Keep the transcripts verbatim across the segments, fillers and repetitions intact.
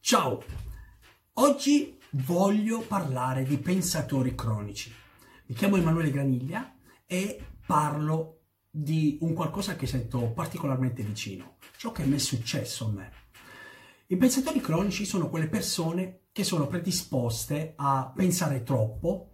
Ciao, oggi voglio parlare di pensatori cronici. Mi chiamo Emanuele Graniglia e parlo di un qualcosa che sento particolarmente vicino, ciò che mi è successo a me. I pensatori cronici sono quelle persone che sono predisposte a pensare troppo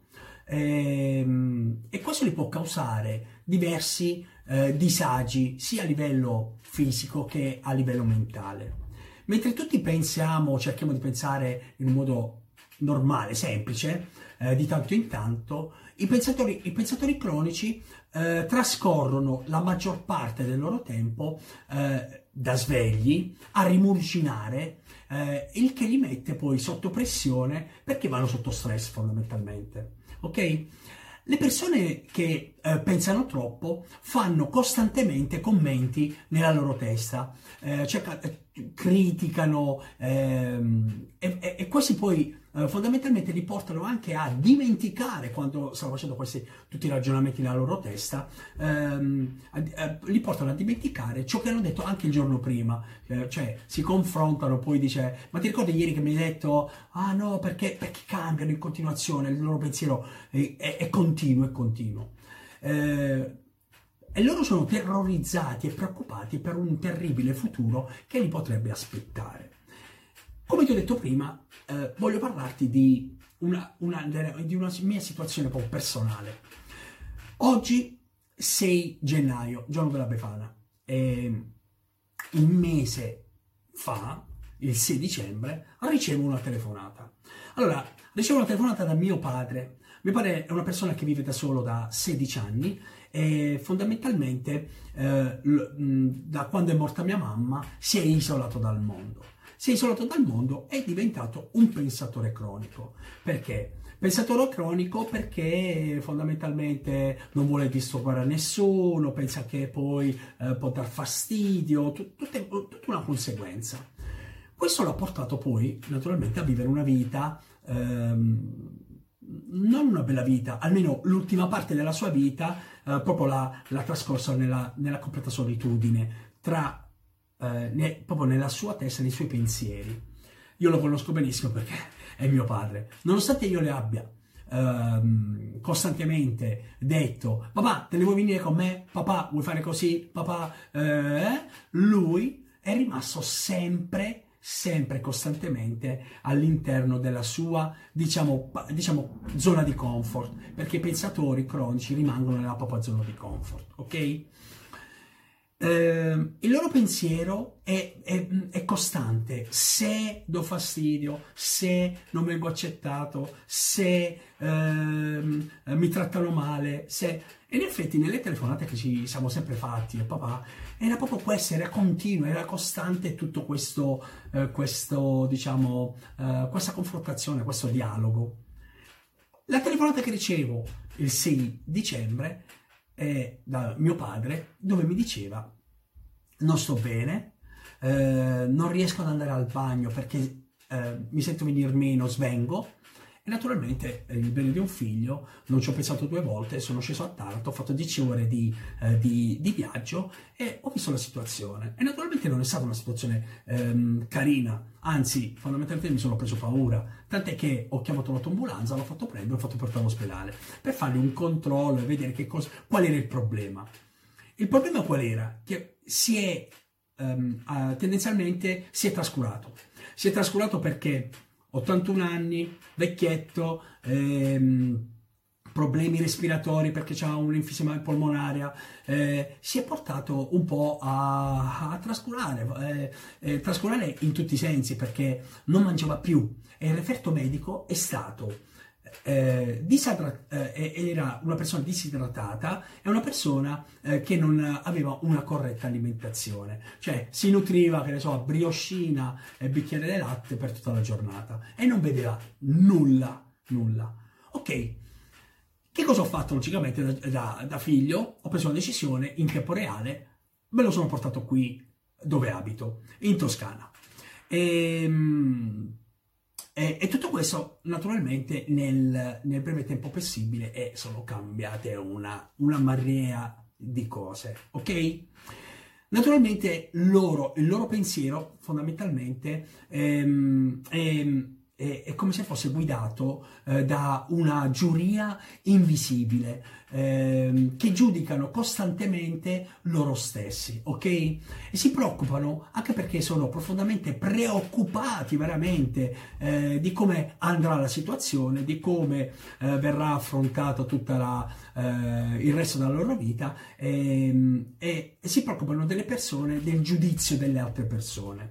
ehm, e questo gli può causare diversi eh, disagi sia a livello fisico che a livello mentale. Mentre tutti pensiamo, cerchiamo di pensare in un modo normale, semplice, eh, di tanto in tanto, i pensatori, i pensatori cronici eh, trascorrono la maggior parte del loro tempo eh, da svegli a rimurginare, eh, il che li mette poi sotto pressione perché vanno sotto stress fondamentalmente. Ok? Le persone che eh, pensano troppo fanno costantemente commenti nella loro testa, eh, cerca, eh, criticano ehm, e, e, e questi poi eh, fondamentalmente li portano anche a dimenticare, quando stanno facendo questi, tutti i ragionamenti nella loro testa, ehm, a, a, li portano a dimenticare ciò che hanno detto anche il giorno prima, eh, cioè si confrontano, poi dice: ma ti ricordi ieri che mi hai detto? Ah no, perché, perché cambiano in continuazione, il loro pensiero è, è, è continuo, è continuo. Eh, E loro sono terrorizzati e preoccupati per un terribile futuro che li potrebbe aspettare. Come ti ho detto prima, eh, voglio parlarti di una, una, di una mia situazione un po' personale. Oggi, sei gennaio, giorno della Befana, e un mese fa, il sei dicembre, ricevo una telefonata. Allora, ricevo una telefonata da mio padre. Mio padre è una persona che vive da solo da sedici anni e fondamentalmente eh, da quando è morta mia mamma si è isolato dal mondo. Si è isolato dal mondo e è diventato un pensatore cronico. Perché? Pensatore cronico perché fondamentalmente non vuole disturbare a nessuno, pensa che poi eh, può dar fastidio, tut- tutte- tutta una conseguenza. Questo l'ha portato poi naturalmente a vivere una vita ehm, non una bella vita, almeno l'ultima parte della sua vita, eh, proprio l'ha, l'ha trascorsa nella, nella completa solitudine, tra, eh, ne, proprio nella sua testa, nei suoi pensieri. Io lo conosco benissimo perché è mio padre. Nonostante io le abbia ehm, costantemente detto: papà, te ne vuoi venire con me? Papà, vuoi fare così? Papà, eh? Lui è rimasto sempre sempre costantemente all'interno della sua, diciamo, diciamo, zona di comfort, perché i pensatori cronici rimangono nella propria zona di comfort, ok? Eh, il loro pensiero è, è, è costante: se do fastidio, se non vengo accettato, se ehm, mi trattano male, se... E in effetti nelle telefonate che ci siamo sempre fatti, il papà, era proprio questo, era continuo, era costante tutto questo, eh, questo diciamo, eh, questa confrontazione, questo dialogo. La telefonata che ricevo il sei dicembre è da mio padre, dove mi diceva: non sto bene, eh, non riesco ad andare al bagno perché eh, mi sento venire meno, svengo. E naturalmente il bene di un figlio, non ci ho pensato due volte, sono sceso a Taranto, ho fatto dieci ore di, eh, di, di viaggio e ho visto la situazione. E naturalmente non è stata una situazione ehm, carina, anzi fondamentalmente mi sono preso paura, tant'è che ho chiamato l'autoambulanza, l'ho fatto prendere, l'ho fatto portare all'ospedale per fargli un controllo e vedere che cosa, qual era il problema. Il problema qual era? Che si è ehm, uh, tendenzialmente si è trascurato. Si è trascurato perché ottantuno anni, vecchietto, ehm, problemi respiratori perché c'ha un'infisema polmonare, eh, si è portato un po' a, a trascurare, eh, eh, trascurare in tutti i sensi, perché non mangiava più e il referto medico è stato eh, disidrat- eh, era una persona disidratata e una persona eh, che non aveva una corretta alimentazione, cioè si nutriva, che ne so, a brioscina e bicchiere di latte per tutta la giornata e non vedeva nulla, nulla. Ok, che cosa ho fatto logicamente da, da, da figlio? Ho preso una decisione in tempo reale, me lo sono portato qui dove abito, in Toscana. E, E, e tutto questo naturalmente nel, nel breve tempo possibile, e sono cambiate una, una marea di cose, ok? Naturalmente loro, il loro pensiero fondamentalmente ehm, è, è, è come se fosse guidato eh, da una giuria invisibile ehm, che giudicano costantemente loro stessi, ok? E si preoccupano anche perché sono profondamente preoccupati veramente eh, di come andrà la situazione, di come eh, verrà affrontato tutta la, eh, il resto della loro vita e, e, e si preoccupano delle persone, del giudizio delle altre persone.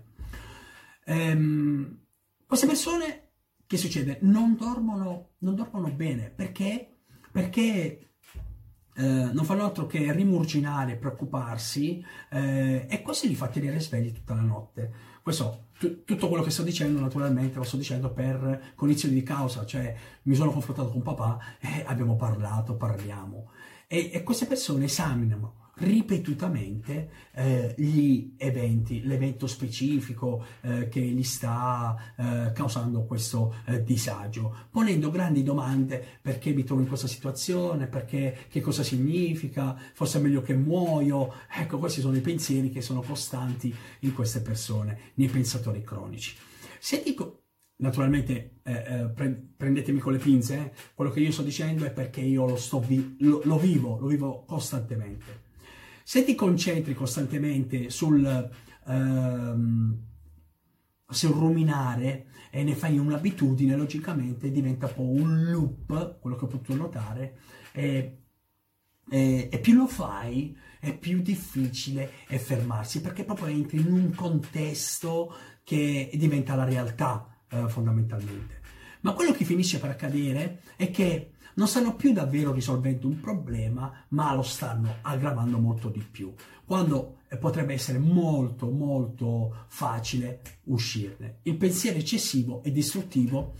Ehm, queste persone, che succede? Non dormono, non dormono bene perché, perché eh, non fanno altro che rimurginare, preoccuparsi eh, e questo li fa tenere svegli tutta la notte. Questo, tu, tutto quello che sto dicendo naturalmente lo sto dicendo per cognizione di causa, cioè mi sono confrontato con papà e abbiamo parlato, parliamo e, e queste persone esaminano ripetutamente eh, gli eventi, l'evento specifico eh, che gli sta eh, causando questo eh, disagio, ponendo grandi domande: perché mi trovo in questa situazione, perché, che cosa significa, forse è meglio che muoio. Ecco, questi sono i pensieri che sono costanti in queste persone, nei pensatori cronici. Se dico Naturalmente eh, eh, pre- prendetemi con le pinze, eh. Quello che io sto dicendo è perché io lo, sto vi- lo, lo vivo, lo vivo costantemente. Se ti concentri costantemente sul, ehm, sul ruminare e ne fai un'abitudine, logicamente diventa un po' un loop, quello che ho potuto notare, e, e, e più lo fai, è più difficile è fermarsi, perché proprio entri in un contesto che diventa la realtà, eh, fondamentalmente. Ma quello che finisce per accadere è che non stanno più davvero risolvendo un problema, ma lo stanno aggravando molto di più, quando potrebbe essere molto molto facile uscirne. Il pensiero eccessivo e distruttivo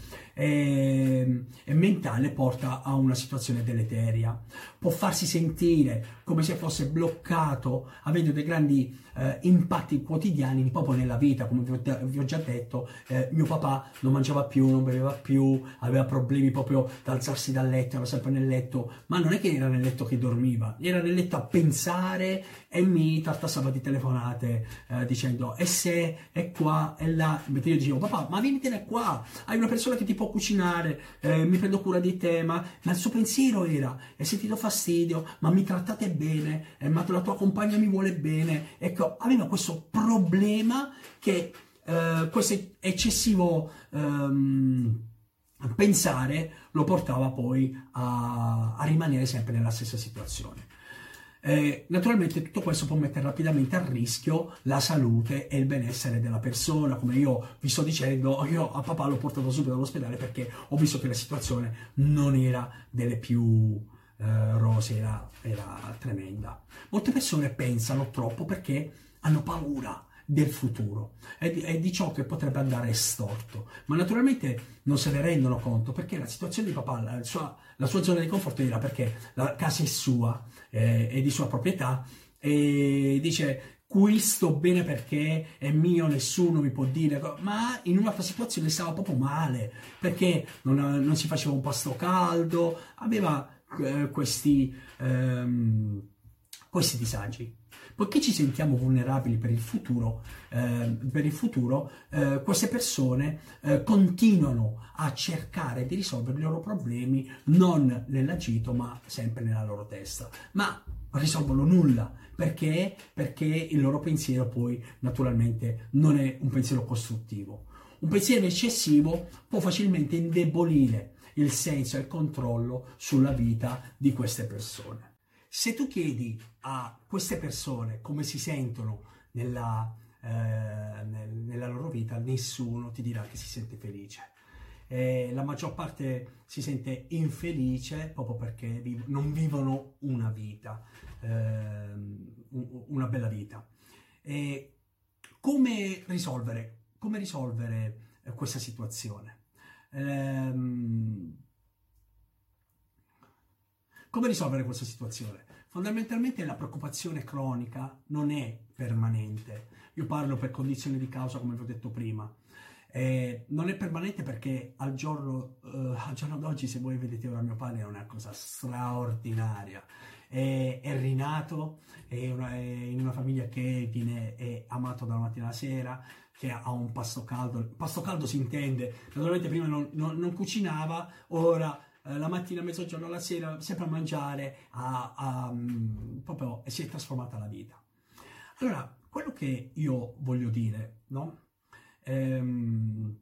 e, e mentale porta a una situazione deleteria, può farsi sentire come se fosse bloccato, avendo dei grandi eh, impatti quotidiani proprio nella vita. Come vi ho, vi ho già detto, eh, mio papà non mangiava più, non beveva più, aveva problemi proprio da alzarsi dal letto, era sempre nel letto, ma non è che era nel letto che dormiva, era nel letto a pensare e mi tartassava di telefonate eh, dicendo: e se, è qua, è là. Mentre io dicevo: papà, ma vienitene qua, hai una persona che ti può cucinare, eh, mi prendo cura di te. Ma, ma il suo pensiero era: e se ti do fastidio, ma mi trattate bene, eh, ma la tua compagna mi vuole bene. Ecco, aveva questo problema che eh, questo eccessivo ehm, pensare lo portava poi a, a rimanere sempre nella stessa situazione. Eh, naturalmente tutto questo può mettere rapidamente a rischio la salute e il benessere della persona. Come io vi sto dicendo, io a papà l'ho portato subito all'ospedale perché ho visto che la situazione non era delle più eh, rose, era, era tremenda. Molte persone pensano troppo perché hanno paura del futuro e di, e di ciò che potrebbe andare storto, ma naturalmente non se ne rendono conto, perché la situazione di papà, la sua, la sua zona di conforto era perché la casa è sua, eh, è di sua proprietà, e dice: qui sto bene perché è mio, nessuno mi può dire. Ma in un'altra situazione stava proprio male perché non, non si faceva un pasto caldo, aveva eh, questi, ehm, questi disagi. Poiché ci sentiamo vulnerabili per il futuro, eh, per il futuro eh, queste persone eh, continuano a cercare di risolvere i loro problemi non nell'agito, ma sempre nella loro testa. Ma risolvono nulla. Perché? Perché il loro pensiero poi naturalmente non è un pensiero costruttivo. Un pensiero eccessivo può facilmente indebolire il senso e il controllo sulla vita di queste persone. Se tu chiedi a queste persone come si sentono nella, eh, nel, nella loro vita, nessuno ti dirà che si sente felice. Eh, la maggior parte si sente infelice proprio perché viv- non vivono una vita, eh, una bella vita. E come risolvere, come risolvere eh, questa situazione? Ehm, Come risolvere questa situazione? Fondamentalmente la preoccupazione cronica non è permanente. Io parlo per condizioni di causa, come vi ho detto prima. Eh, non è permanente perché al giorno, eh, al giorno d'oggi, se voi vedete ora mio padre, è una cosa straordinaria. è, è rinato, è, una, è in una famiglia che viene è amato dalla mattina alla sera, che ha un pasto caldo. Il pasto caldo si intende, naturalmente prima non, non, non cucinava, ora eh, la mattina, a mezzogiorno, la sera, sempre a mangiare, a, a, um, proprio si è trasformata la vita. Allora, quello che io voglio dire, no? Ehm,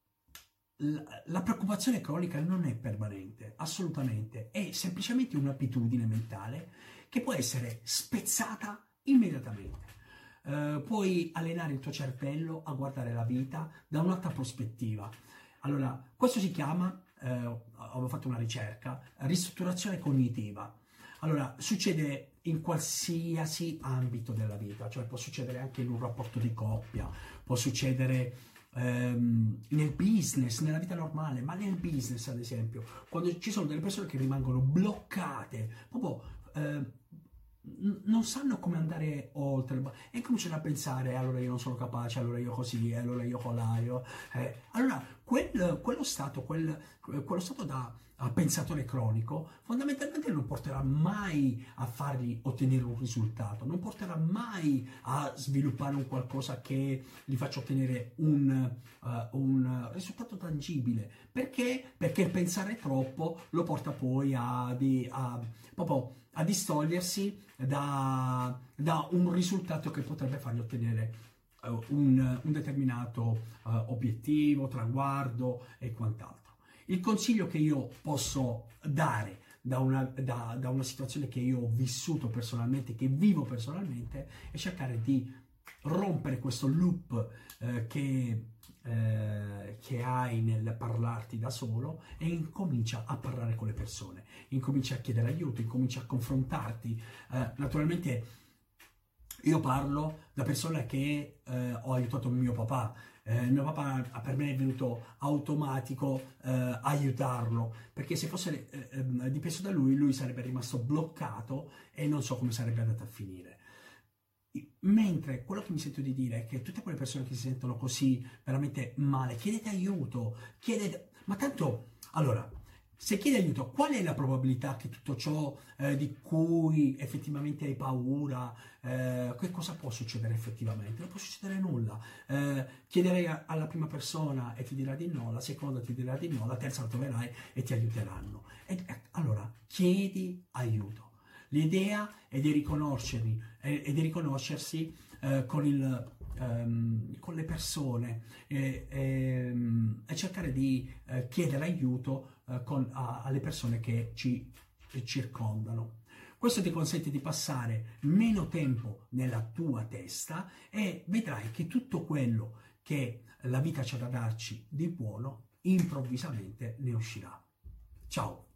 la, la preoccupazione cronica non è permanente, assolutamente, è semplicemente un'abitudine mentale che può essere spezzata immediatamente. Uh, puoi allenare il tuo cervello a guardare la vita da un'altra prospettiva. Allora, questo si chiama, uh, avevo fatto una ricerca, ristrutturazione cognitiva. Allora, succede in qualsiasi ambito della vita, cioè può succedere anche in un rapporto di coppia, può succedere um, nel business, nella vita normale, ma nel business ad esempio, quando ci sono delle persone che rimangono bloccate, proprio... Uh, non sanno come andare oltre e cominciano a pensare allora io non sono capace, allora io così, allora io colà, io, eh. Allora quel, quello stato, quel, quello stato da pensatore cronico fondamentalmente non porterà mai a fargli ottenere un risultato, non porterà mai a sviluppare un qualcosa che gli faccia ottenere un, uh, un risultato tangibile. Perché? Perché il pensare troppo lo porta poi a, di, a, proprio a distogliersi da, da un risultato che potrebbe fargli ottenere uh, un, un determinato uh, obiettivo, traguardo e quant'altro. Il consiglio che io posso dare da una, da, da una situazione che io ho vissuto personalmente, che vivo personalmente, è cercare di rompere questo loop eh, che, eh, che hai nel parlarti da solo e incomincia a parlare con le persone, incomincia a chiedere aiuto, incomincia a confrontarti. Eh, naturalmente io parlo da persona che eh, ho aiutato mio papà. Eh, mio papà per me è venuto automatico eh, aiutarlo, perché se fosse eh, dipeso da lui, lui sarebbe rimasto bloccato e non so come sarebbe andato a finire. Mentre quello che mi sento di dire è che tutte quelle persone che si sentono così veramente male, chiedete aiuto, chiedete, ma tanto, allora, se chiedi aiuto, qual è la probabilità che tutto ciò eh, di cui effettivamente hai paura, eh, che cosa può succedere effettivamente? Non può succedere nulla. Eh, chiederei a, alla prima persona e ti dirà di no, la seconda ti dirà di no, la terza la troverai e ti aiuteranno. E, e, allora, chiedi aiuto. L'idea è di riconoscerli, è, è di riconoscersi eh, con, il, um, con le persone e, e, e cercare di eh, chiedere aiuto eh, con, a, alle persone che ci circondano. Questo ti consente di passare meno tempo nella tua testa e vedrai che tutto quello che la vita c'ha da darci di buono improvvisamente ne uscirà. Ciao!